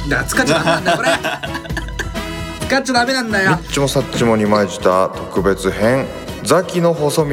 使っちゃダメなんだよこれ使っちゃダメなんだよ。 ニッチもサッチもにまいじた特別編ザキの細道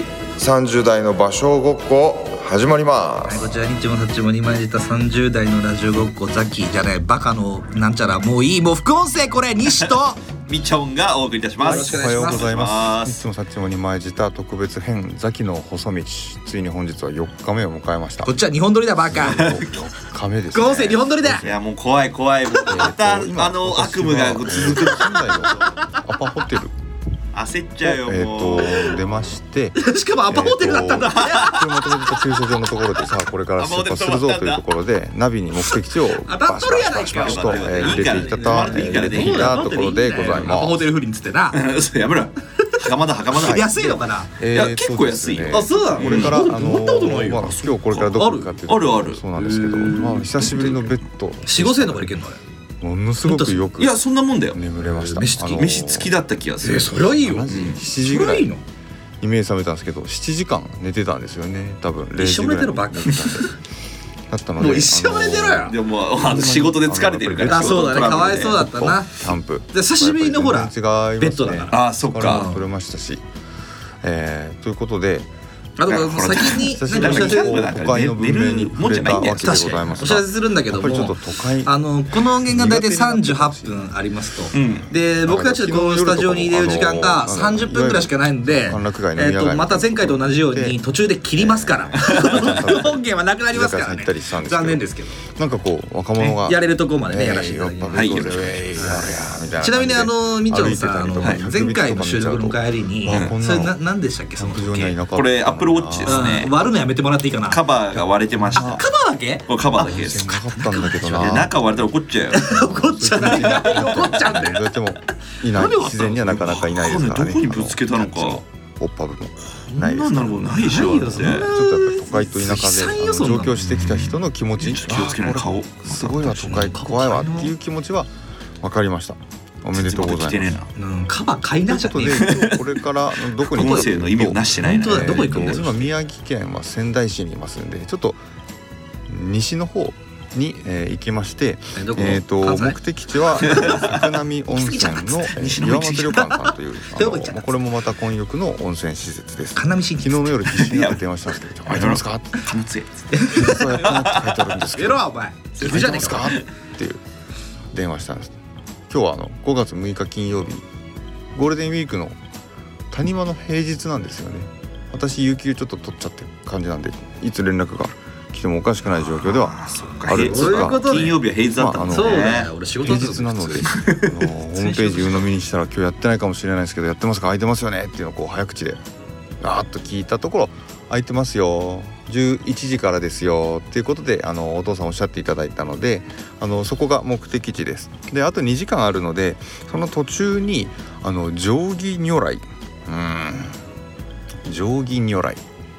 30代の場所ごっこ始まりまはい、 す。 こちらニッチもサッチもにまいじた30代のラジオごっこザキじゃないバカのなんちゃらもういいもう副音声これ西とみちょんがお送りいたします。 よろしくおおはようございお願ます。 いしますいつもさっちもにまいじた特別編ザキの細道、ついに本日は4日目を迎えました。 こっちは日本撮りだバカ 4日目ですね。 副音声日本撮りだいやもう怖い怖い。また今悪夢が続く。 仙台のアパホテル焦っちゃうよもう。 出まして、 しかもアパホテルだったんだ、 これまとめてた駐車場のところでさあこれから出発するぞというところでナビに目的地を当たっとるやないかバシバシと入れていたところでございアパます。 ホテル不倫っつってな嘘やめろ。袴だ袴だ。 安いのかな。 いや結構安いよあ、そうなの。 これから乗ったことないよ今日これからどこ行くかっていうとあるあるそうなんですけど、まあ久しぶりのベッド 4、5千円とかいけんのあれ。 ものすごくよくいやそんなもんだよ。 眠れました。 飯付き飯付きだった気がする。 そりゃいいよ。 7時ぐらいそりゃいいの。 に目覚めたんですけど7時間寝てたんですよね多分0 一生時ぐらい寝てるばっかだったのでもう一生寝てろよ。 でも仕事で疲れてるから。 あ、そうだね。かわいそうだったな。 キャンプで久しぶりのほらやっぱり全然違いますねベッドだから。 あそっこれもか。 取れましたし、ということであと先に久しぶりに何かお知らせこう都会の文明に触れたわけでございますがお知らせするんだけども、 やっぱりちょっと都会この音源が大体38分ありますと、 うんで僕たちこのスタジオに入れる時間が30分ぐらいしかないので、 歓楽街飲み屋街また前回と同じように途中で切りますから音源はなくなりますからね居酒屋さん行ったりしたんですけど残念ですけどなんかこう若者がやれるとこまでねやらせていただきます。 はいよろしくお願いします。 ちなみにみちょんさん歩いてたりとか前回の収録の帰りにそれ何でしたっけその時計。 これアップルウォッチですね。 割るのやめてもらっていいかな。 カバーが割れてました。 カバーだけ？ これカバーだけです。 なかったんだけどいやな。 中割れたら怒っちゃうよ。 怒っちゃない。怒っちゃうんだよ。 どうやってもいない自然にはなかなかいないですからね。 どこにぶつけたのか。 オッパブもそんなんなることないでしょ。だってないよそんなちょっとやっぱり都会と田舎悲惨でよそんなの上京してきた人の気持ち、 気をつけない顔。 すごいわ都会怖いわっていう気持ちは分かりました。おめでとうございます。 カバー買いなじゃとねいうことで今日これからどこに行くかというと音声の意味をなしてないね。 本当だどこ行くんだよ今宮城県は仙台市にいますんでちょっと西の方に行きましてどこ関西目的地は作並温泉の岩本旅館さんというどこ行っちゃったこれもまた混浴の温泉施設です。 金見新昨日の夜必死になって電話したんですけど「空いてますか?」って貨物や 「そうやってなって書いてあるんですけどエロお前空いてますか?」っていう電話したんです。今日は5月6日金曜日ゴールデンウィークの谷間の平日なんですよね。私有給ちょっと取っちゃってる感じなんでいつ連絡が来てもおかしくない状況ではあるんですそういうがことね金曜日は平日だったんですそうだねよ。俺仕事平日なのでホームページ鵜呑みにしたら今日やってないかもしれないですけどやってますか空いてますよねっていうのをこう早口でガーッと聞いたところ空いてますよ11時からですよっていうことでお父さんおっしゃっていただいたのでそこが目的地です。であと2時間あるのでその途中に定義如来定義如来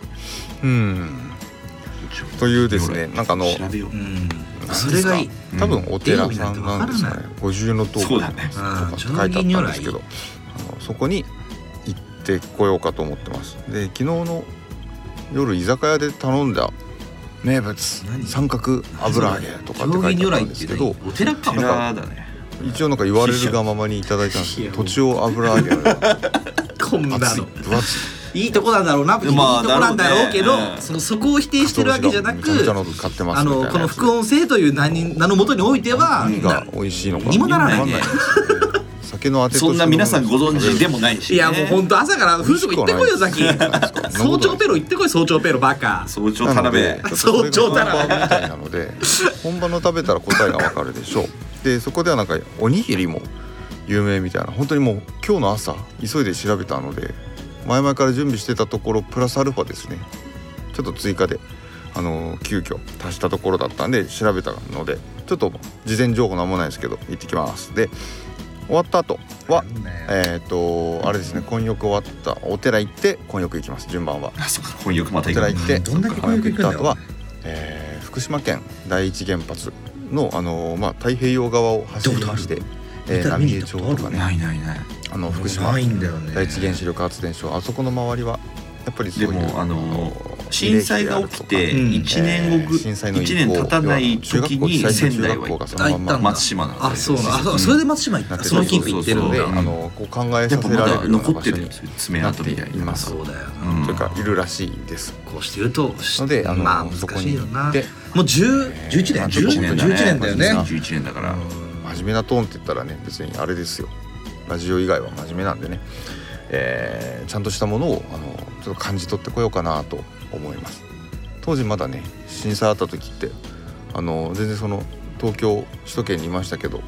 というですねなんか調べよう。 それがいい。 多分お寺さんなんですかね五重塔そうだねとかって書いてあったんですけどそこに行ってこようかと思ってます。で昨日の夜居酒屋で頼んだ名物三角油揚げとかって書いてあったんですけどお寺か。 寺だね。 一応なんか言われるがままにいただいたんですけど土地を油揚げこんな厚いの。 分厚いいいとこなんだろうな。いいとこまあなんだろうけどだろうねそこを否定してるわけじゃなくめちゃめちゃの買ってますみたいなやつこの副音声という名のもとにおいては何が美味しいのかにもならない分かんないですよね。酒のあてとしてそんな皆さんご存知でもないしね。 いやもう本当朝から風俗行ってこいよ先早朝ペロ行ってこい早朝ペロバカ早朝田辺。 早朝だな本場みたいなので本場の食べたら答えがわかるでしょう。でそこではなんかおにぎりも有名みたいな本当にもう今日の朝急いで調べたので前々から準備してたところプラスアルファですねちょっと追加で急遽足したところだったんで調べたのでちょっと事前情報なんもないですけど行ってきます。で終わった後はあれですね混浴終わったお寺行って混浴行きます順番は。 あそこ混浴またお行く。 寺行ってどんだけ混浴行った後は混福島県第一原発の太平洋側を走りまして浪江町とかねないないない。 福島ないんだよね。 第一原子力発電所あそこの周りはやっぱりそういうでも震災が起きて1年後震災の 1年経たない時に仙台は行った松島なんで。 そうなそれで松島行ったその近辺行ってるんだ。 こう考えさせられるような残ってる場所に爪痕みたいな。 そうだよというかいるらしいです。 こうしてるとのでまあ難そこにしいよな。 でもう11年11年だよね。 11年だから真面目なトーンって言ったらね別にあれですよ。ラジオ以外は真面目なんでね、ちゃんとしたものをちょっと感じ取ってこようかなと思います。当時まだね震災あった時って全然その東京首都圏にいましたけど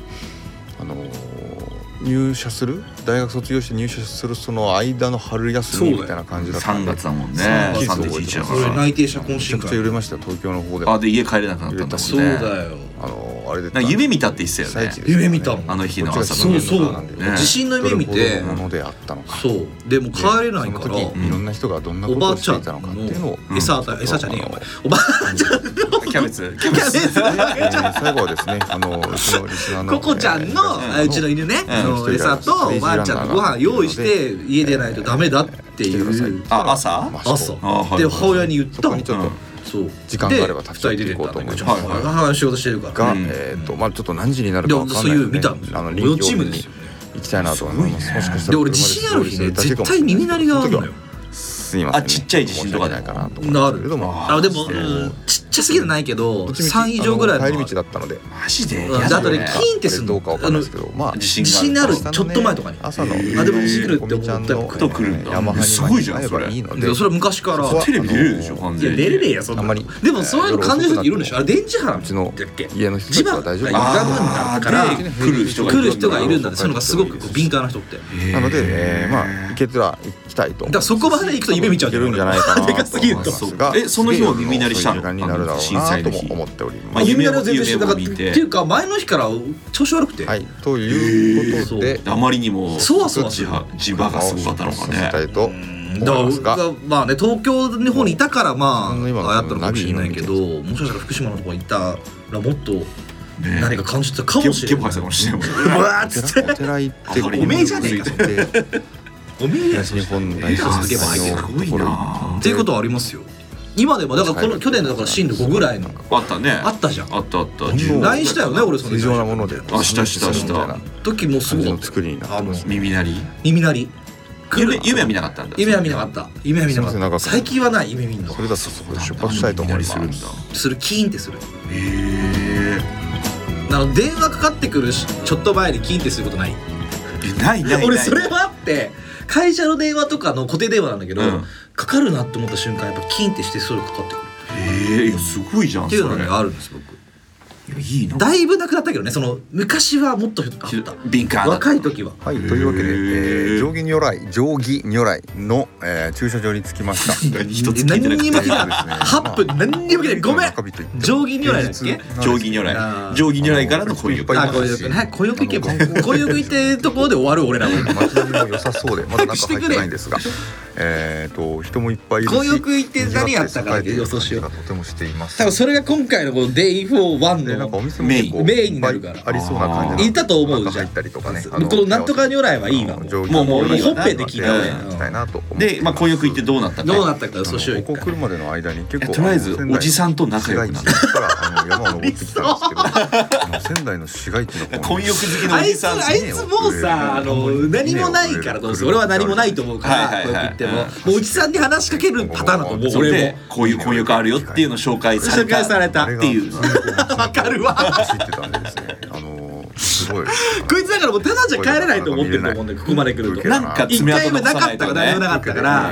入社する大学卒業して入社するその間の春休みみたいな感じだったんで 3月だもんね。 3月 31だそれから。 内定者懇めちゃくちゃ親会揺れましたよ東京の方でも。 で家帰れなくなったんだもんね。 そうだよ。 あれでなんか夢見たって言ってたよね。 被災地ですよね夢見たもんあの日の朝そうそうね地震の夢見てどれほどのものであったのか。 そうでも帰れないからその時いろんな人がどんなおことをばあちゃんしていたのかっていうのをの餌じゃねえよお前おばあちゃんのキャベツ最後はですねうちのリスナーのココちゃんのうちの犬ねの餌とおばあちゃんのご飯用意して家出ないとダメだっていう朝朝はいで母親に言ったのそこにちょっとそう時間があれば立ち寄っていこうと思いますで母仕事してるからがまあちょっと何時になるかわかんないのでそういう見た臨機応変にチームですよ行きたいなと思います。もしかしたらで俺地震ある日ね絶対耳鳴りがあるのよすいませんねちっちゃい地震とかで申し訳ないかなと思うんですけれどもでもちっちゃすぎるないけど3以上ぐらいの帰り道だったのでマジであとねキーンってすんのどうかわかんないですけどまあ地震地震になるちょっと前とかに朝のあでも地震来るって思ったよと来るんだヤマハにすごいじゃん会えばいいのでそれは昔からそこはテレビ出れるでしょ完いや全に。 出れねえやそんなあんまりでもそういうの感じる人いるんでしょあれ電磁波なんうちのだっけ家の人たちは大丈夫磁場が歪むんだからで来る人が来る人がいるんだってそういうのがすごくこう敏感な人ってなのでまあ行けたら行きたいとだからそこまで行くと夢見ちゃう行けるんじゃないかなでかすぎるとと思いますがその日は耳鳴りしたのそういう時間になるだろうなとも思っておりまあます。 夢鳴りは全然してなかったって夢を見ていうか前の日から調子悪くてはいということであまりにもそわそわする磁場がすごかったのかさせたね。 いとだ思いますがからまあね東京の方にいたからま自分の今のあああやったのかもしれないけどもしかしたら福島のとこにいたらもっと何か感じてたかもしれないゲボ吐いたかもしれないもんね。 うわーっつってお寺行っておめえじゃねえかでおめえや東日本大震災のすごいな。 っていうことはありますよ今でもだからこの去年のだから震度5ぐらいのあったね。 あったじゃんあったあった。 LINE したよね俺その正常なものでしたしたみたいな時もすごい感じの作りになってます。 耳鳴り。 耳鳴り夢は見なかったんだ。 夢は見なかった夢は見なかったすいませんなんか最近はない夢見んのそれだとそこで出発したいと思います。 耳鳴りするんだ。 するキーンってするへ電話かかってくるちょっと前にキーンってすることないえ。ない。 俺それはあって会社の電話とかの固定電話なんだけど、 うんかかるなって思った瞬間やっぱキーンってしてそれかかってくるいやすごいじゃん。 っていうのがねそれあるんです僕いいな。 だいぶなくなったけどねその昔はもっとあった敏感。 若い時ははいというわけでへー定規如来の駐車場に着きました。 何一つ聞いてなくて何にも聞いてないそうですね 8分何にも聞いてないごめん中日といっても定規如来だっけ平日定規如来。定規如来からの恋欲。 あ、こういうね、こういう行けば、こういう行ってところで終わる俺らは。 街並みも良さそうでまだ中入ってないんですが人もいっぱいいるしこういう行って何やったかだけ予想しようとてもしています。 多分それが今回のこの Day41 でなんかおの店も結構メインになるからいっぱいありそうな感じなのでいたと思うじゃん中入ったりとかねこのなんとか如来はいいわもう本編で聞いたね行きたいなと思ってでまあ婚約行ってどうなったか。 どうなったか予想しようここ来るまでの間に結構とりあえずおじさんと仲良くなった。 から山を登ってきたんですけど仙台の市街地の方婚に約好きのおあいつじさん。 あいつもうさ何もないからどうせ俺は何もないと思うからこうやって言ってももうおじさんに話しかけるパターンだと思う俺それでもこういう婚約あるよっていうのを紹介され紹介されたたっていう。 わかるわ走ってたんでですねすごいこいつだからもうただじゃ帰れないと思ってると思うんだよここまで来るとなんか 1 爪痕回目な残さないとかったから誰もなかね。 ったから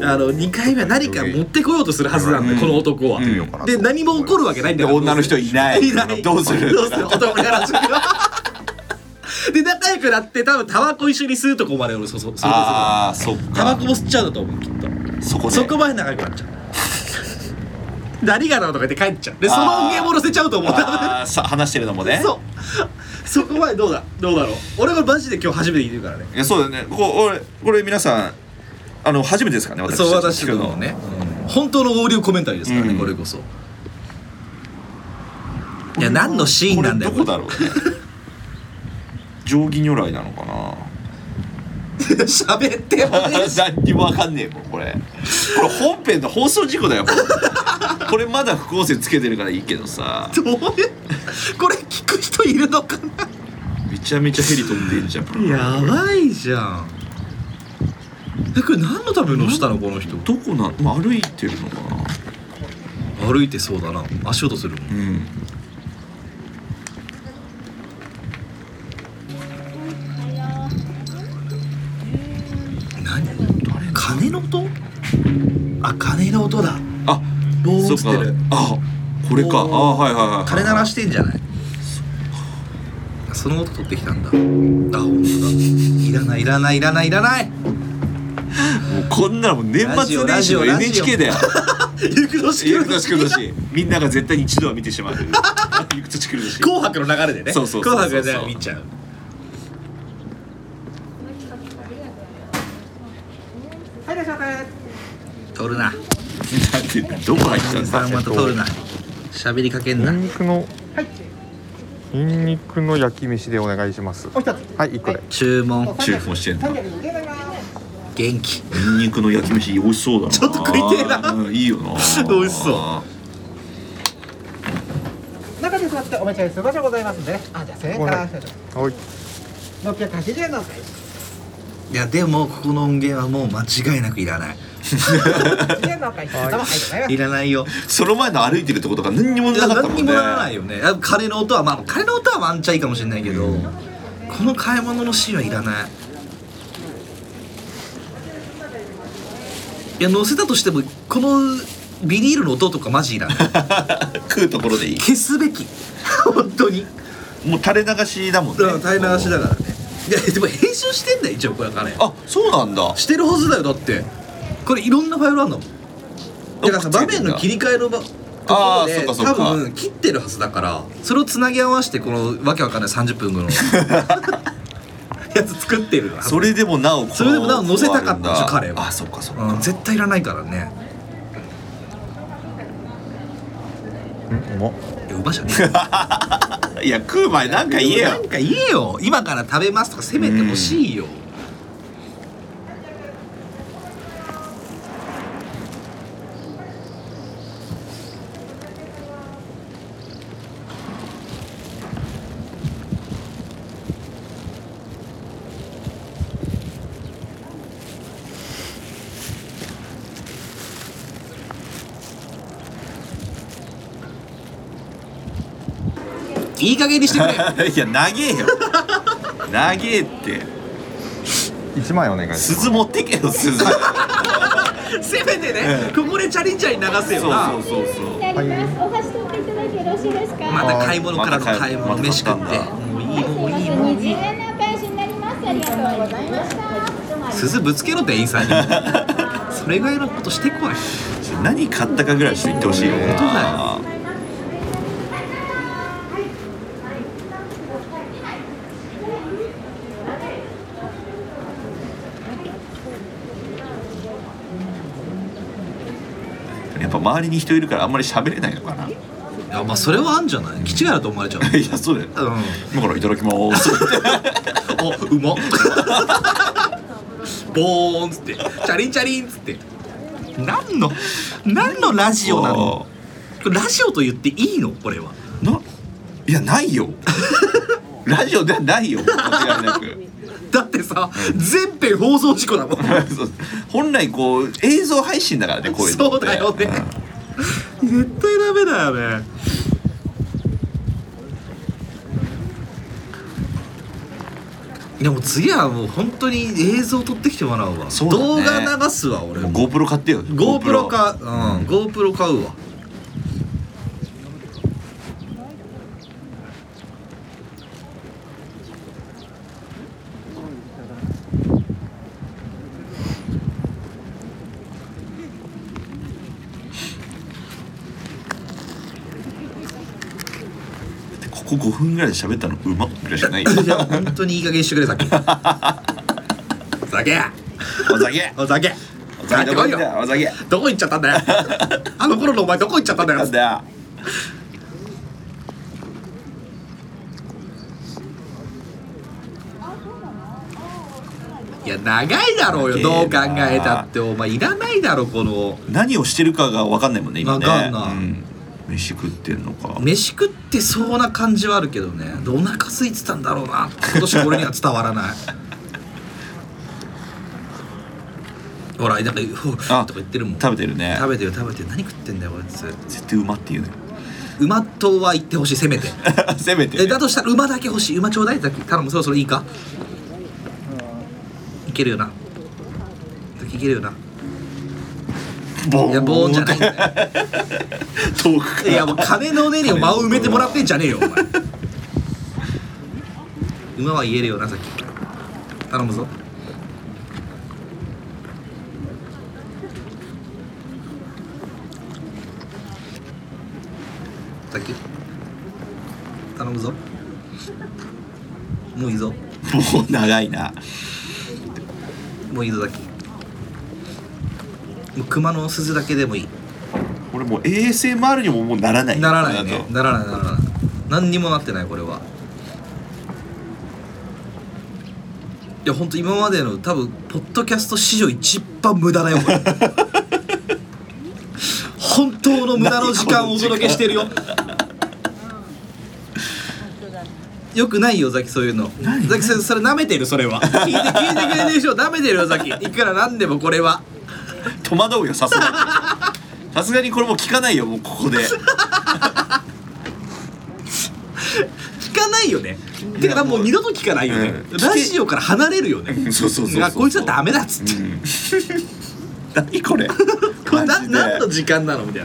2回目は何か持ってこようとするはずなんだよこの男はうんで何も起こるわけないんだよ女の人いない。 いないどうする。 どうする男に話で仲良くなって多分タバコ一緒に吸うとこまで俺そうああそっか。 タバコも吸っちゃうんだと思うきっとそこで。 そこまで仲良くなっちゃうでありがとうとか言って帰っちゃうでその音源も乗せちゃうと思う多分あーさ話してるのもね。 そうそこまでどうだろう俺はマジで今日初めて聞いてるからねいやそうだよね。これ皆さん初めてですかね。 そう私のね本当のオーディオコメンタリーですからね、 うんこれこそいや何のシーンなんだよこれどこだろうね。定規如来なのかな。 喋ってもねえし何にもわかんねえもんこれ本編の放送事故だよこれまだ副音声つけてるからいいけどさ、 どういうこれ聞く人いるのかな。 めちゃめちゃヘリ飛んでるじゃん。 やばいじゃん。これ何のためのしたのこの人。 どこな、まあ、歩いてるのかな。 歩いてそうだな、足音するもん。 うん。 何？鐘の音？あ、鐘の音だ。 あ、 棒をしてる。 あ、これか。あ、はいはいはい。 鐘鳴らしてんじゃない？その音取ってきたんだ。あ、本当だ。いらないいらないいらないいらない。 もうこんなのもう年末年始の NHK だよ。 ゆく年来る年みんなが絶対に一度は見てしまう。ゆく年来る年。 紅白の流れでね。 そうそう紅白で見ちゃう。はい、いらっしゃいませ。取るな。 どこ入ったんだ。 また取るな。喋りかけんな。 ニンニクの焼き飯でお願いします。はい、1個で。 注文してんの。 元気。 ニンニクの焼き飯美味しそうだな。 ちょっと食いてえな。 いいよな。 美味しそう。 中で座ってお召し上がりする場所ございますんでね。あ、じゃあ1000円からはい。 680円のお返し。 いやでもここの音源はもう間違いなくいらない。いらないよ。 その前の歩いてるとことか何にもなかったもんね。 何にもならないよね。鐘の音はまあ鐘の音はワンチャンいいかもしれないけど、この買い物のシーンはいらない。いや乗せたとしてもこのビニールの音とかマジいらない。 食うところでいい。 消すべき。本当に。 もう垂れ流しだもんね。 垂れ流しだからね。いやでも編集してんだよ一応これ鐘。 あ、そうなんだ。 してるはずだよ。だってこれいろんなファイルあんの。だからさ場面の切り替えのところで多分切ってるはずだからそれをつなぎ合わせてこのわけわかんない30分後のやつ作ってる。 それでもなお載せたかったでしょ彼は。 あ、そっかそっか。 絶対いらないからね。 うまっ。 うまじゃねえ。いや食う前なんか言えよ。 なんか言えよ。今から食べますとかせめてほしいよ。いい加減にしてくれ。 いや長えよ。長えって。 1枚お願いします。 鈴持ってけよ鈴。 せめてね、ここでチャリンチャリン流せよな。 そうそうそう。 お箸取っていただいてよろしいですか。 また買い物からの買い物飯食って。もういいもういいもういい。 20円のお返しになります。ありがとうございました。 鈴ぶつけろ店員さんに。それぐらいのことしてこい。 何買ったかぐらいして言ってほしいよ。 本当だよ。 やっぱ周りに人いるからあんまり喋れないのかな。 いやまあそれはあんじゃない。気違いだと思われちゃう。 いやそうだよ。今からいただきます。 おうまっ。ボーンっつってチャリンチャリンっつって。何のラジオなの。これラジオと言っていいのこれは。 いやないよ。ラジオではないよ間違いなく。 だってさ、全編放送事故だもん。 本来こう映像配信だからねこういうのって。 そうだよね。絶対ダメだよね。いやもう次はもう本当に映像撮ってきてもらうわ。動画流すわ俺。 GoPro 買ってよ。 GoPro 買う。GoPro 買うわ。 ここ5分ぐらいで喋ったのうまっぐらいじゃないよ。 いや本当にいい加減してくれさっき。お酒お酒お酒お酒どこ行ったお酒どこ行っちゃったんだよ。あの頃のお前どこ行っちゃったんだよ。 なんだよ。 いや長いだろうよ、どう考えたってお前いらないだろこの。 何をしてるかが分かんないもんね今ね。 分かんない、 飯食ってんのか。 飯食ってそうな感じはあるけどね。お腹空いてたんだろうな今年俺には伝わらないほらなんかとか言ってるもん。 食べてるね。 食べてる何食ってんだよこいつ。 絶対馬って言うのよ。 馬とは言ってほしい、せめてせめて、ね、 だとしたら馬だけ欲しい。馬ちょうだい。頼む、そろそろいいか。いけるよな、いけるよな。いやボーンじゃないんだよ遠くから。 いやもう金の根に間を埋めてもらってんじゃねえよお前馬は言えるよなさっき。頼むぞ。さっき頼むぞ。もういいぞ。 もう長いな。 もういいぞさっき。もう熊の鈴だけでもいい。 俺もう ASMR にももうならない。 ならないね。ならない。何にもなってないこれは。いや本当今までの多分ポッドキャスト史上一番無駄だよこれ本当の無駄の時間をお届けしてるよよくないよザキ、そういうの。ザキそれ舐めてる。それは聞いてくれてるでしょ。舐めてるよザキ。いくらなんでもこれは戸惑うよさすがに。さすがにこれもう聞かないよもうここで。 聞かないよね。てかもう二度と聞かないよね、ラジオから離れるよね。 そうこいつはダメだっつって、 何これこれ何の時間なのみたいな。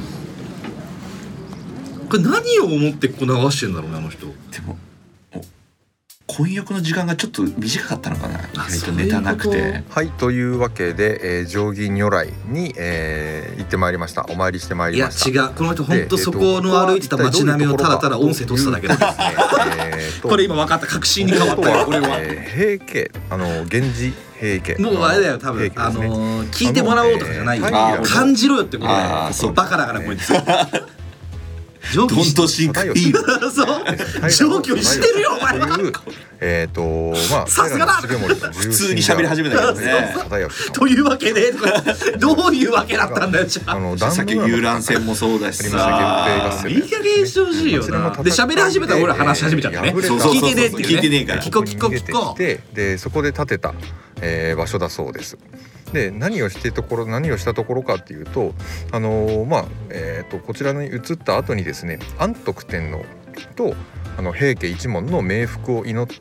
これ何を思ってこう流してんだろうねあの人。 でも混浴の時間がちょっと短かったのかな。意外とネタなくて。 はいというわけで、定規如来に、行ってまいりました。お参りしてまいりました。 いや違う、この人本当そこの歩いてた街並みをただただ音声取ってただけだこれ今分かった。確信に変わったよ俺は。 平家源氏平家もうあれだよ多分聞いてもらおうとかじゃないよ。感じろよってことだよ。バカだからこいつ。 どんとシンクいいの。 そう上京してるよお前は。さすがだ。 普通に喋り始めたけどね。 というわけでどういうわけだったんだよ。じゃあさっき遊覧船もそうだしさ、 いい加減してほしいよな。で喋り始めたら俺ら話し始めちゃったね。聞いてねえっていうね。 聞いてねえから聞こう。 でそこで建てた場所だそうです。で何をしたところかっていうとこちらに移った後にですね、安徳天皇と平家一門の冥福を祈って、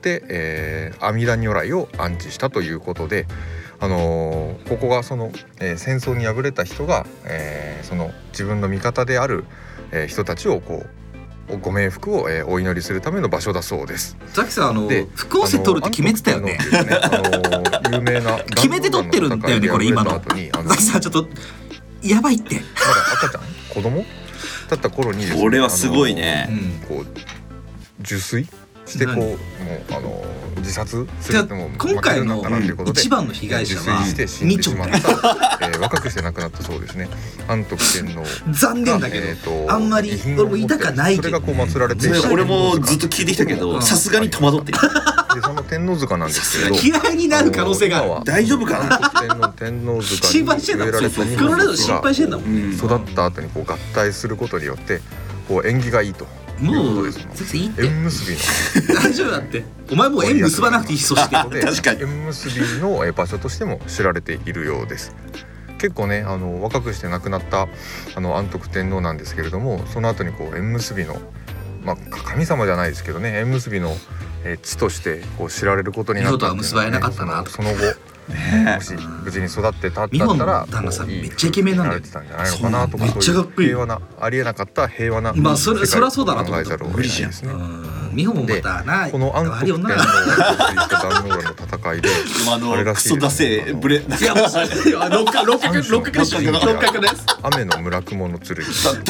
阿弥陀如来を安置したということで、ここがその、戦争に敗れた人が、その自分の味方である、人たちをこうご冥福を、お祈りするための場所だそうです。 ザキさん副音声取るって決めてたよね。 有名な決めて取ってるんだよねこれ今の。ザキさんちょっとやばいって。 まだ赤ちゃん子供だった頃にですね、 これはすごいね。 こう受水してこうもう自殺するっても今回の一番の被害者はみちょんだよ。 若くして亡くなったそうですね。安徳天皇残念だけどあんまり俺も痛かないけど、 それがこう祀られて、 俺もずっと聞いてきたけどさすがに戸惑ってる。 でその天王塚なんですけど嫌いになる可能性がある。 大丈夫かな。 天王塚心配してんだもん。黒レード心配してんだもん。 育った後にこう合体することによってこう縁起がいいと。 もういいって縁結びの大丈夫だって。お前もう縁結ばなくていい。そして確かに縁結びの場所としても知られているようです。結構ね若くして亡くなった安徳天皇なんですけれども、その後にこう縁結びの神様じゃないですけどね、縁結びの地としてこう知られることになった。 二度とは結ばれなかったな。 その後もし無事に育ってたったら旦那さんめっちゃイケメンなんだよ。 てたんじゃないのかなとか、 めっちゃかっこいい。 平和なありえなかった平和なそりゃそうだなと思った。 考えざるを得ないですね。 美穂もまたなこの安徳天皇が壇ノ浦の戦いでクソだせブレ。いやもう六角です雨の村雲の剣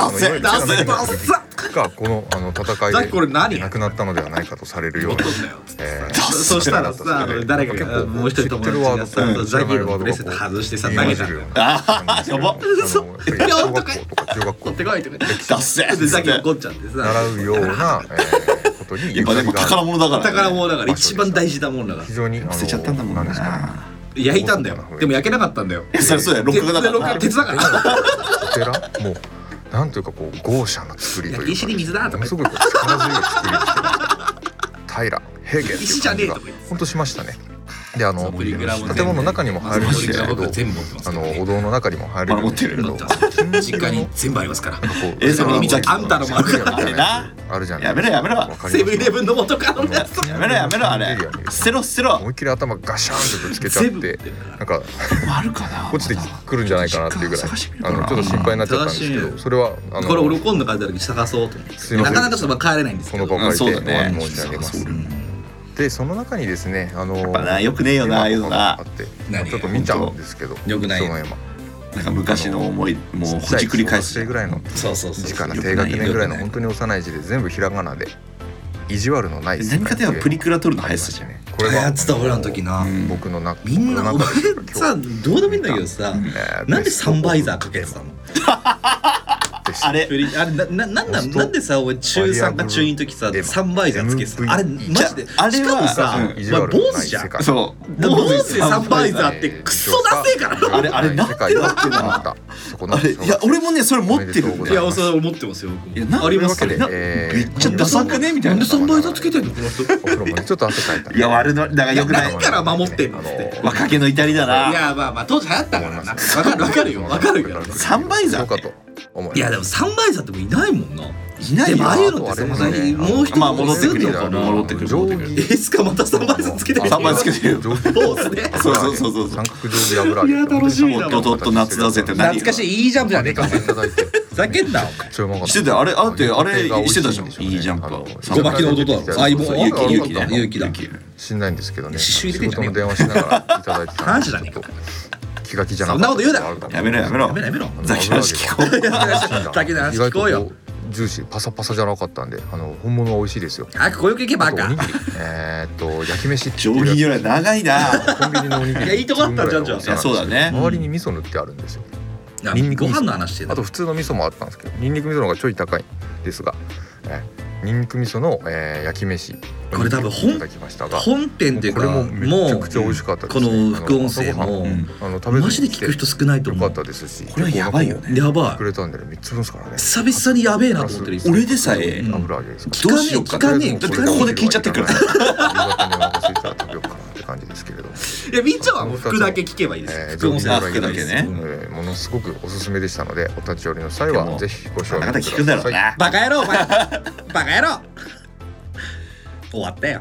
がこの戦いで亡くなったのではないかとされるような。 そしたらさ誰かがもう一人友達がさザキのブレスレット外してさ投げた。 やば。 小学校とか中学校ってこいとかザキ怒っちゃってさ習うようなことにやっぱでも宝物だからね。 宝物だから一番大事なもんだから非常に捨てちゃったんだもんなんですかねな。 焼いたんだよ。でも焼けなかったんだよ。 そうだよ、録画だから。 録画鉄だから寺もうなんというかこう豪奢な作りというか、 焼き石に水だとかものすごいこう力強い作りをして平平家っていう石じゃ感じがねえとか言って本当しましたね。でプリクラも建物の中にも入るんですけれど、 僕全部持ってますけどねお堂の中にも入れるんですけれど、 持ってます実家に全部ありますから。 こうそのあんたのもあるからあれな。 あるじゃないやめろやめろわかりますセブンイレブンの元カノのやつやめろやめろあれ。捨てろ捨てろ。 思いっきり頭ガシャンってぶつけちゃっ全部てなんかあるかな。 落ちてくるんじゃないかなっていうぐらいちょっと心配になっちゃったんですけど、それはこれ俺今度帰った時探そうと思ってすいませんなかなかちょっと帰れないんですけどその場を借りてそうだね申し上げます。でその中にですねやっぱなよくねえよなああいうのなあって何ちょっと見ちゃうんですけど、 よくないその山なんか昔の思いもうほじくり返す小学生ぐらいのそうそうそう時から低学年ぐらいの本当に幼い字で全部ひらがなで意地悪のない世界何かといえばプリクラ撮るの流行ってたじゃん。 これはやってた俺らの時な僕の中みんなお前さどうでもいいんだけどさなんでサンバイザーかけてたのあれあれなんでさ俺中3か中2の時さサンバイザーつけてたあれマジであれはしかもさうんお前坊主じゃんそう坊主でサンバイザーってクソダセえからあれなんてなってんのあれいや俺もねそれ持ってるんだよ。 いやそれ思ってますよ僕いやなありますというわけねでめっちゃダサくねみたいな。 なんでサンバイザーつけてんのこの人お風呂もねちょっと汗かいたいや悪のだからよくない何。から守ってんのっつって若気の至りだいな。 やまあ当時流行ったからなわかるよサンバイザーそうかと思いやでもサンバイザーってもいないもんないないよでもああいうのってさあとあれですねもう一まあ戻ってくるのかな戻ってくる戻ってくる。 いつかまたサンバイザーつけてみサンバイザーつけてる。 坊主ねそうそうそうそう三角状で油揚げいや楽しいなドドッと夏だぜって何懐かしいいいジャンプじゃねえかいただいてふざけんなちょうまかったしてたよあれあってあれしてたじゃん。いいジャンプ。 ごまきの弟だろ相棒勇気勇気だ勇気だしんないんですけどね刺繍入れてんじゃねえ仕事の電話しながらいただいてたんで話じゃねえかちょっと気が気じゃなそんなこと言うなやめろやめろ。 やめろやめろザキの話聞こう。 だけの話意外と聞こうよこうジューシーパサパサじゃなかったんで本物は美味しいですよ。 早くこよく行けばかあとおにぎり焼き飯っていう上品より長いな。 コンビニのおにぎりいやいいとこあったじゃんじゃあいやそうだね。 周りに味噌塗ってあるんですよ。 なニンニク味噌ご飯の話してんだあと普通の味噌もあったんですけどニンニク味噌の方がちょい高いんですが、ニンニク味噌の、焼き飯これ多分おにぎりいただきましたが本編っていうかこれもめちゃくちゃ美味しかったですね。 この副音声も朝ごはん食べずにマジで聞く人少ないと思うよかったですしこれはやばいよね。 やばいくれたんでね3つ分ですからね。 久々にやべえなと思ってる俺でさえ油揚げですか。 聞かねえ聞かねえだってここで聞いちゃってるから。 夕方にお腹空いたら食べようかなって感じですけれど。 いやみっちゃんはもう服だけ聞けばいいです副音声あ服だけねものすごくおすすめでしたのでお立ち寄りの際はぜひご賞味ください。 あなた聞くんだろうな。 バカ野郎お前バカ野郎終わったよ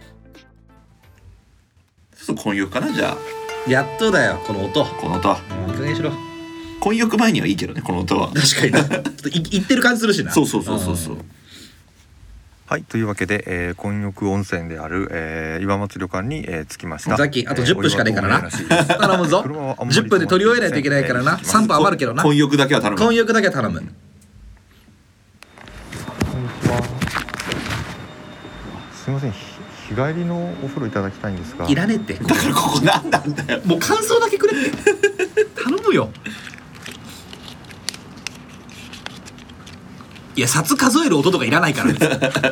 ちょっと混浴かなじゃあやっとだよこの音この音。 もういい加減にしろ混浴前にはいいけどねこの音は。 確かになちょっと言ってる感じするしなそうそうそうそうそう。 はいというわけで、混浴温泉である、岩松旅館に、着きました。 さっきあと10分しかねえからなお祝いとお願いします頼むぞ車はあんまり 10分で取り終えないといけないからな3分余るけどな混浴だけは頼む。 混浴だけは頼むこんにちは。すみません日帰りのお風呂いただきたいんですが。 いらねえってだからここなんなんだよ。 もう感想だけくれって頼むよいや札数える音とかいらないから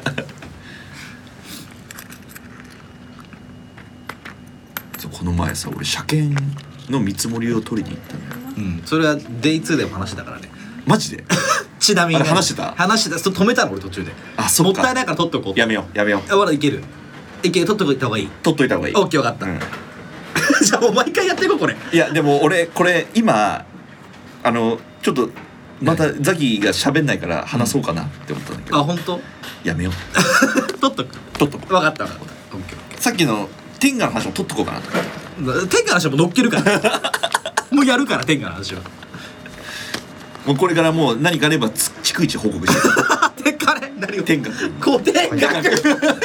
そうこの前さ俺車検の見積もりを取りに行ったのよ。 うんそれは Day2 でも話してたからねマジで。 ちなみにあれ話してたそう止めたの俺途中であそっかもったいないから取っとこうやめようやめよう。 あまだいける取っといた方がいい取っといた方がいい。 オッケー分かった、 うんじゃあもう毎回やっていこうこれいやでも俺これ今ちょっとまたザキが喋んないから話そうかなって思ったんだけど、 あ本当やめよう。 取っとく取っとこ分かった分かったオッケーう。さっきの天下の話も取っとこうかなとか。 天下の話はもう乗っけるからもうやるから天下の話はもうこれからもう何かあれば逐一報告して天下ね何を天下こう天下天下天下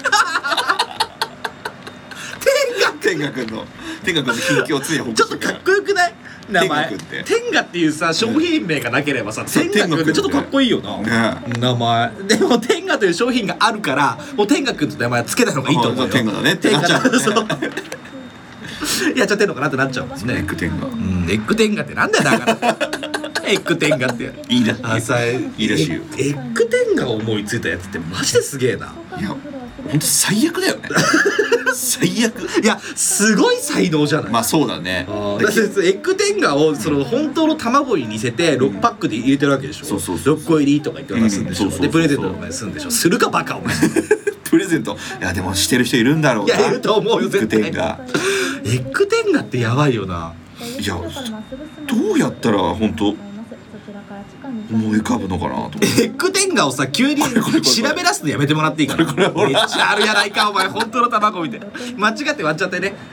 天下君の近況を常に報告ちょっとかっこよくない名前天下君って天下っていうさ商品名がなければさそう天下君ってちょっとかっこいいよな、 ね名前でも天下という商品があるからもう天下君って名前つけない方がいいと思うよ天下だねって天下なっちゃうもんねそうやっちゃってんのかなってなっちゃうんですねエッグ天下うんエッグ天下ってなんだよだからエッグ天下っていいら朝いいらしいよ。 エッグ天下を思いついたやつってマジですげえないや本当最悪だよね最悪。 いやすごい才能じゃない。 まあそうだね。 だってエッグ天下をその本当の卵に似せて6パックで入れてるわけでしょ。 そうそうそう 6個入りとか言って渡すんでしょ。 うんそうそうそうでプレゼントとかにするんでしょ。するかバカお前。 プレゼントいやでもしてる人いるんだろうな。 いやいると思うよ絶対。 エッグ天下エッグ天下ってやばいよな。 いやどうやったら本当思い浮かぶのかなと思って。 エッグ天下をさ急に調べ出すのやめてもらっていいかな。めっちゃあるやないかお前本当の卵見て間違って割っちゃってね。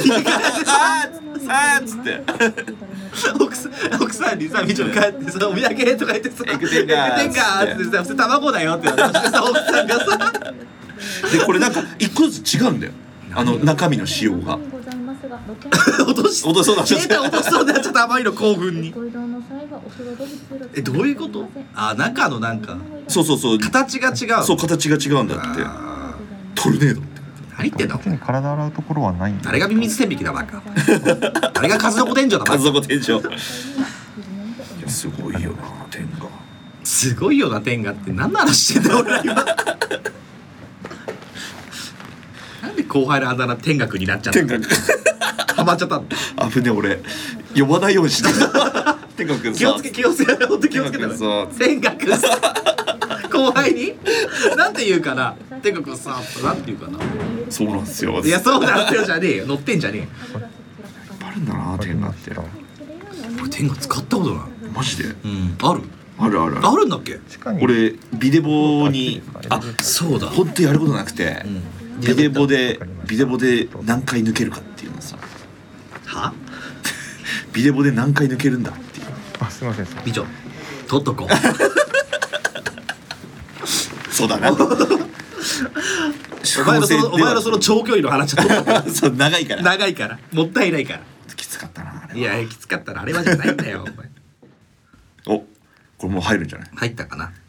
あーっつって奥さんにさみちょ帰ってさお土産とか言ってさエッグ天下ってさ普通卵だよって言われてさ奥さんがさでこれなんか一個ずつ違うんだよ中身の仕様が落とし落とそうだ携帯落としそうになっちゃったあまりの興奮に。どういうこと？あ中のなんかそう形が違う。 そう形が違うんだってトルネードって何言ってんだお前。 体洗うところはないんだ。 誰がミミズ天引きだバカ。誰が数の子天井だバカ。 数底天井いやすごいよな天下。 すごいよな天下って何の話してんだ俺ら今。なんで後輩のあだ名天下君になっちゃったの。 天下ハマっちゃったの。 危ねえ俺呼ばないようにしてた天下君さ気をつけ本当気をつけて天下君さ後輩になんて言うかな。天下君さなんて言うかな。 そうなんですよ。 いやそうなんですよじゃねえよ乗ってんじゃねえよ。 あるんだな天下って俺天下使ったことない。 マジで。 うんあるあるあるあるんだっけ。 俺ビデボにそうだ本当やることなくて、ビデボで何回抜けるかっていうのさはビデボで何回抜けるんだっていう。 あすいません。 美女取っとこう。 そうだなお前のその長距離の話は取っとこう。 そう長いから長いからもったいないから。 きつかったなあれ。 いやきつかったらあれはじゃないんだよお前。 おこれもう入るんじゃない。 入ったかな。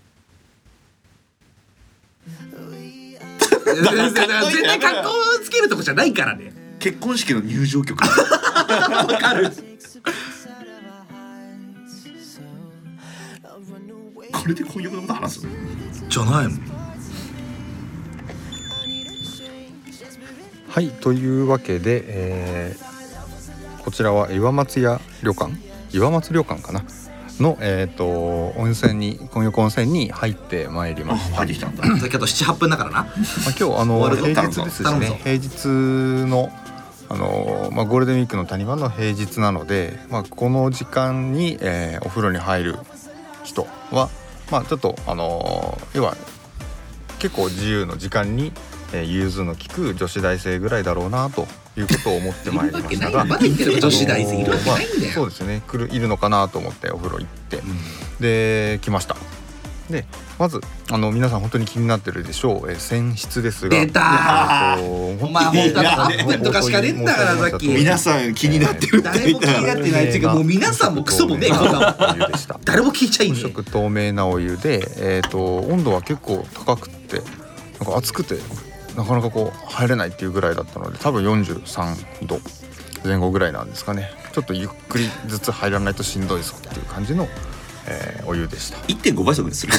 全然格好つけるとこじゃないからね。 結婚式の入場曲わかる。 これで婚約のこと話すじゃないもん。 はいというわけで、こちらは岩松旅館かなの、温泉に混浴温泉に入ってまいりました。 入ってきたんだ。 先ほど7、8分だからな。 今日平日ですしね。平日のゴールデンウィークの谷間の平日なので、この時間に、お風呂に入る人はちょっと要は結構自由の時間に、融通の利く女子大生ぐらいだろうなということを思ってまいりましたが、 まだ言ってる女子大生いるわけないんだよ。 そうですねいるのかなと思ってお風呂行って、で来ました。でまず皆さん本当に気になってるでしょう、泉質ですが出たお前本当は8分とかしかねえんだからさっき。 皆さん気になってるって誰も気になってないっていうかもう皆さんもクソもねえこんな誰も聞いちゃいねえ。 無色透明なお湯で、温度は結構高くってなんか熱くてなかなかこう入れないっていうぐらいだったので、多分43度前後ぐらいなんですかね。ちょっとゆっくりずつ入らないとしんどいぞっていう感じの、お湯でした。 1.5 倍速にする。 で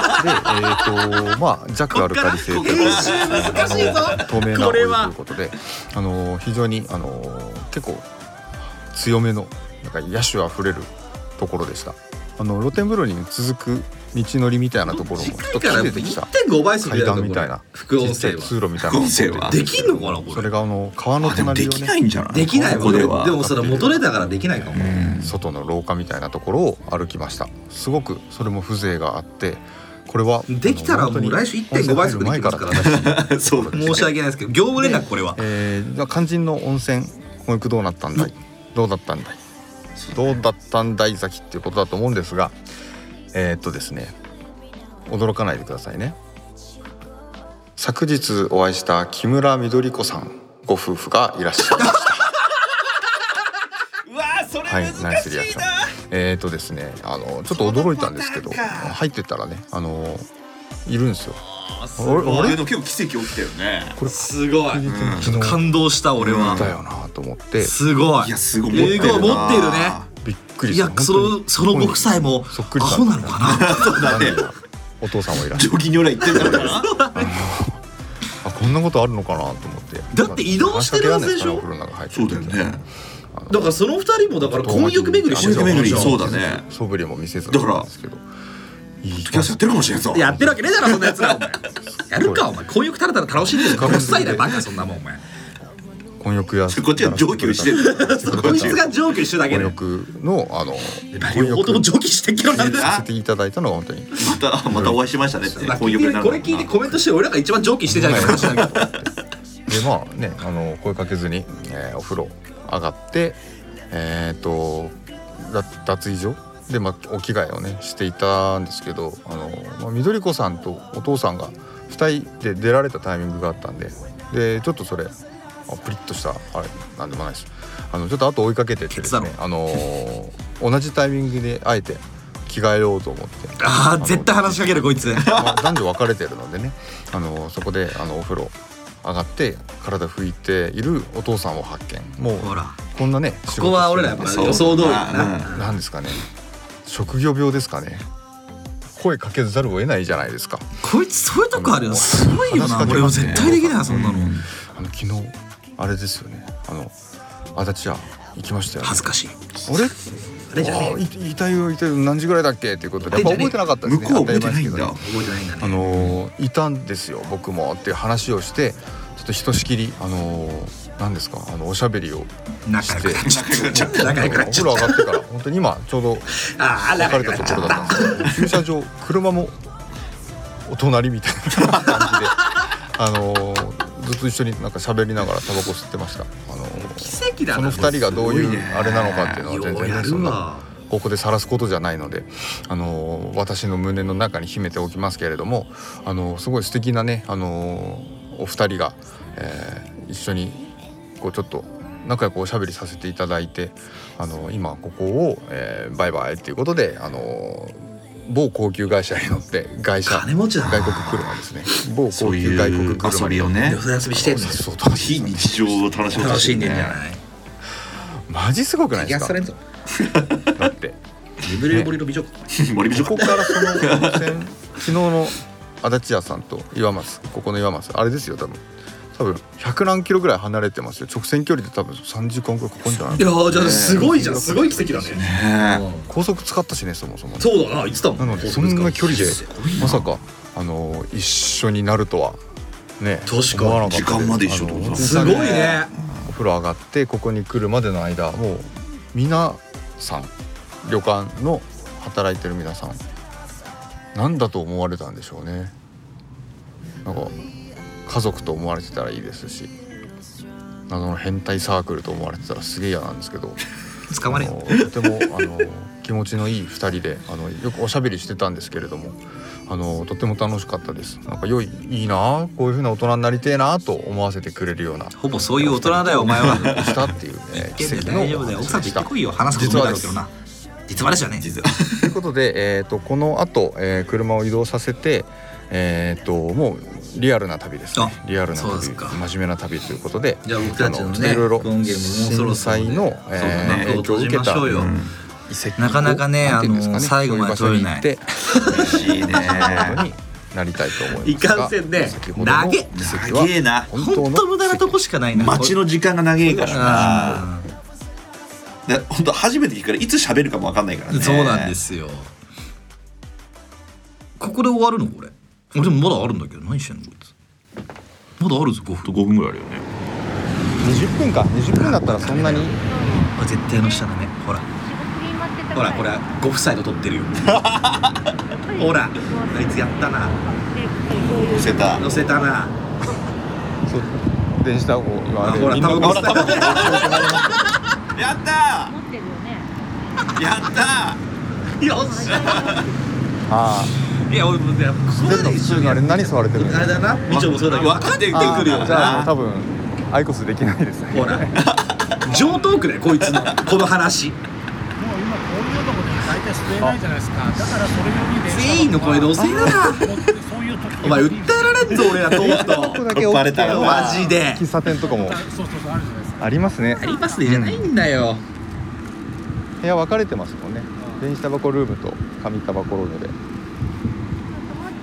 弱アルカリ性という難しいぞ透明なお湯ということで非常に結構強めのなんか野趣あふれるところでした。露天風呂に続く道のりみたいなところもちょっと切れてきた 1.5 倍速階段みたいな副音声は通路みたいなところはできんのかなこれ。 それが川の隣をできないんじゃない。 できないここではでもそれ元ネタからできないかも。 外の廊下みたいなところを歩きました。すごくそれも風情があって、これはできたらもう来週 1.5 倍速できますからそうだね。 申し訳ないですけど業務連絡これは。 肝心の温泉混浴どうなったんだい、どうだったんだい崎っていうことだと思うんですが、ですね驚かないでくださいね。昨日お会いした木村緑子さんご夫婦がいらっしゃいました。 うわーそれはい、ナイ難しいスリアクション。 な。 ですねちょっと驚いたんですけど、入ってったらねいるんですよ。 俺の結構奇跡起きたよね。 これすごいちょっと感動した俺は。 だよなと思って、 すごい。 いやすごい持ってるな。 持ってるね。 びっくりいやした。 そのご夫妻もそっくりアホなのかな。 そうだね。 お父さんもいらっしゃる。 ジョギニョラ言ってんだからあ、こんなことあるのかなと思って。 だって移動してるはずでしょ。 お風呂の中入ってそうだよね。 だからその二人もだから婚浴巡りしてる婚浴巡りそうだ。 だね。 素振りも見せずなんですけど、 ポッドキャストやってるかもしれんぞ。 やってるわけねえだろそんなやつらお前。やるかお前。婚浴たらたら楽しんでる。こっさいだよバカそんなもんお前。 婚浴やこっちは上級してる。 こいつが上級してるだけ婚で。 浴の両方とも上級してっけどなんだ。 させていただいたのが本当にまたお会いしましたねって婚浴になる。 これ聞いてコメントして俺らが一番上級してんじゃないか話だけど。 でまあね声かけずに、お風呂上がって脱衣所でお着替えをねしていたんですけど緑子さんとお父さんが2人で出られたタイミングがあったんでちょっとそれプリッとしたあれなんでもないです。ちょっと後追いかけてってですね同じタイミングであえて着替えようと思って絶対話しかけるこいつ。 男女分かれてるのでねそこでお風呂上がって体拭いているお父さんを発見。もうほらこんなねここは俺らやっぱ予想通りだな。 なんですかね職業病ですかね。声かけざるを得ないじゃないですか。 こいつそういうとこあるよ。すごいよな。俺は絶対できないそんなの。 昨日あれですよね足立屋行きましたよね。 恥ずかしい。 あれじゃねえいたよ何時ぐらいだっけっていうことでやっぱ覚えてなかったですね。 向こう覚えてないんだ。 覚えてないんだね。 いたんですよ僕もっていう話をしてちょっとひとしきり何ですかおしゃべりをして仲良くなっちゃった。 お風呂上がってから本当に今ちょうど別れたところだったんですけど駐車場車もお隣みたいな感じでずっと一緒になんか喋りながらタバコ吸ってました。 奇跡だな。 その2人がどういうあれなのかっていうのは全然そんなここで晒すことじゃないので私の胸の中に秘めておきますけれどもすごい素敵なねお二人が、一緒にこうちょっと仲良くおしゃべりさせていただいて今ここを、バイバイっていうことで某高級会社に乗って金持ちだな。 外国車ですね。某高級外国車遊びをねよそ遊びしてんのよ。 非日常を楽しむ。 楽しんでんじゃない。 マジすごくないですか。 されんぞ。 だってリブレボリの美女。 森美女ここからその昨日の足立屋さんとここの岩松あれですよ多分100何キロぐらい離れてますよ。直線距離で多分3時間くらいかかるんじゃない。 いやじゃあすごいじゃん。すごい奇跡だね。 高速使ったしねそもそも。 そうだな言ってたもん。 なのでそんな距離でまさか一緒になるとはね確かに思わなかった時間まで一緒ってことだ。 すごいね。 お風呂上がってここに来るまでの間もう皆さん旅館の働いてる皆さん何だと思われたんでしょうね。なんか家族と思われてたらいいですし謎の変態サークルと思われてたらすげえ嫌なんですけど捕まれよ。 とても気持ちのいい2人でよくおしゃべりしてたんですけれどもとても楽しかったです。なんかいいなこういう風な大人になりてえなと思わせてくれるようなほぼそういう大人だよお前は。 したっていう奇跡の大丈夫だよ。奥さんと行ってこいよ。話すことないだろうけどな。実話ですよね。実は。 ということでこの後車を移動させてもうリアルな旅ですね。リアルな旅、真面目な旅ということで、 じゃあ僕たちのね、 いろいろ震災の影響を受けたなかなかね最後まで取れない。 嬉しいね。 なりたいと思いますが。いかんせんね。 長えな。 本当無駄なとこしかないな。 待ちの時間が長えからな。本当初めて聞くからいつ喋るかも分かんないからね。 そうなんですよ。ここで終わるのこれ。でもまだあるんだけど何してんのこいつ。まだあるぞ5分ぐらいあるよね。 20分か20分だったらそんなに。 絶対の下だね。ほらこれご夫妻と撮ってるよ。ほらあいつやったな。乗せたな。 電子タバコほらタバコやったーやったーよっしゃいや俺もね普通のあれ何吸われてるの。 あれだなみちょもそうだけど分かってくるよな。 じゃあ多分アイコスできないですね。 ほら上トークだよこいつのこの話。 もう今こういうとこで大体吸えないじゃないですか。だからそれより全員の声で遅いな。お前訴えられんぞ俺らとうとう。 バレたらマジで。 喫茶店とかもそうあるじゃないですか。 ありますね。 ありますねじゃないんだよ。 部屋分かれてますもんね。電子タバコルームと紙タバコルームで。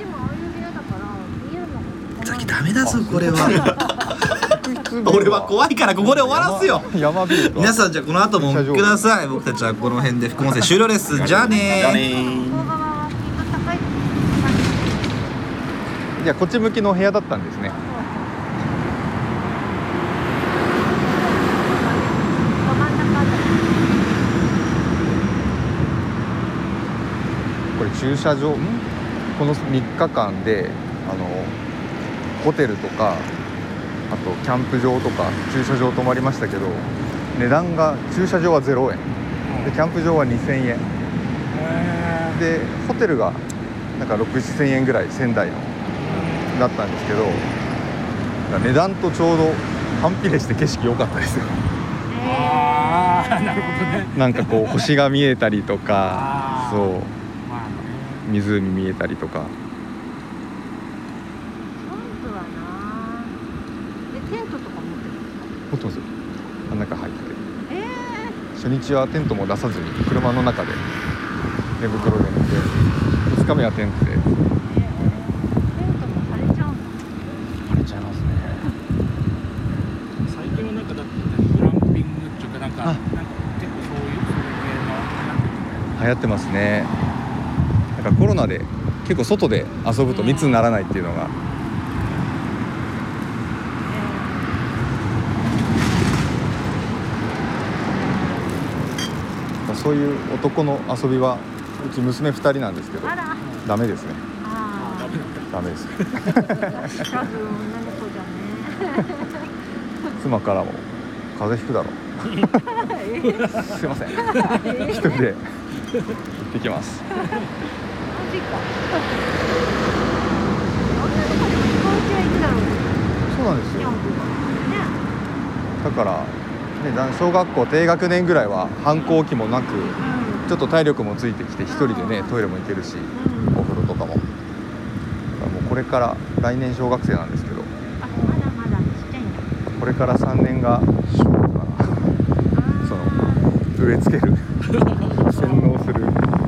きダメだぞこれは俺は怖いからここで終わらすよ。 山ビール皆さんじゃあこの後もください。僕たちはこの辺で副音声終了です。じゃあねじゃあこっち向きの部屋だったんですね。これ駐車場この3日間でホテルとかあとキャンプ場とか駐車場泊まりましたけど、値段が駐車場は0円でキャンプ場は2000円でホテルがなんか6、7000円ぐらい仙台のだったんですけど、値段とちょうど反比例して景色良かったですよ。 ああ、なるほどね。 なんかこう星が見えたりとか、そう、 まあね、 湖見えたりとか。 テントとか持ってるんですか？ 持ってますよ。中入ってて、初日はテントも出さずに車の中で寝袋で寝て、2日目はテントで。 テントも張れちゃうんだ。 張れちゃいますね。 最近はなんかだってグランピングっていうかなんか結構そういう系の流行ってますね。なんかコロナで結構外で遊ぶと密にならないっていうのが。そういう男の遊びはうち娘2人なんですけどダメですね。ダメです。 多分女の子じゃね。 妻からも風邪ひくだろすいません一人で行ってきます。 マジか。女の子でも気持ちはいるだろう。 そうなんですよ。 キャンプはだからね、小学校低学年ぐらいは反抗期もなく、ちょっと体力もついてきて一人でねトイレも行けるし、お風呂とかも。だからもうこれから来年小学生なんですけど、 まだまだちっちゃいんだ。 これから3年が小かなその植え付ける洗脳する。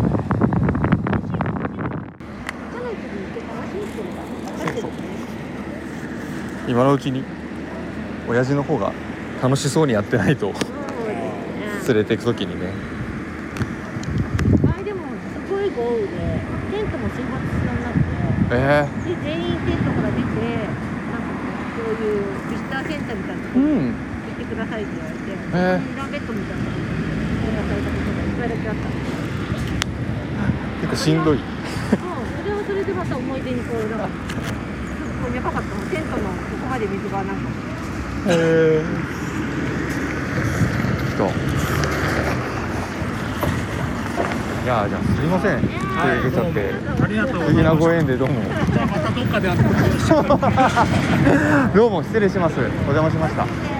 今のうちに親父の方が楽しそうにやってないと連れていくときにね。 でもすごい豪雨でテントも始発しなくて、で全員テントから出てなんかこういうビジターセンターみたいなところに行ってくださいって言われて、ラベットみたいなのに連絡されたことが1回だけあったんです。 結構しんどい。 それはそれでまた思い出にこうなんかこうやばかったのテントのここまで水がなんか。 いやじゃあすいません、出ちゃってありがとうございます。 不義なご縁でどうもじゃあまたどっかで会ってどうも失礼します。お邪魔しました。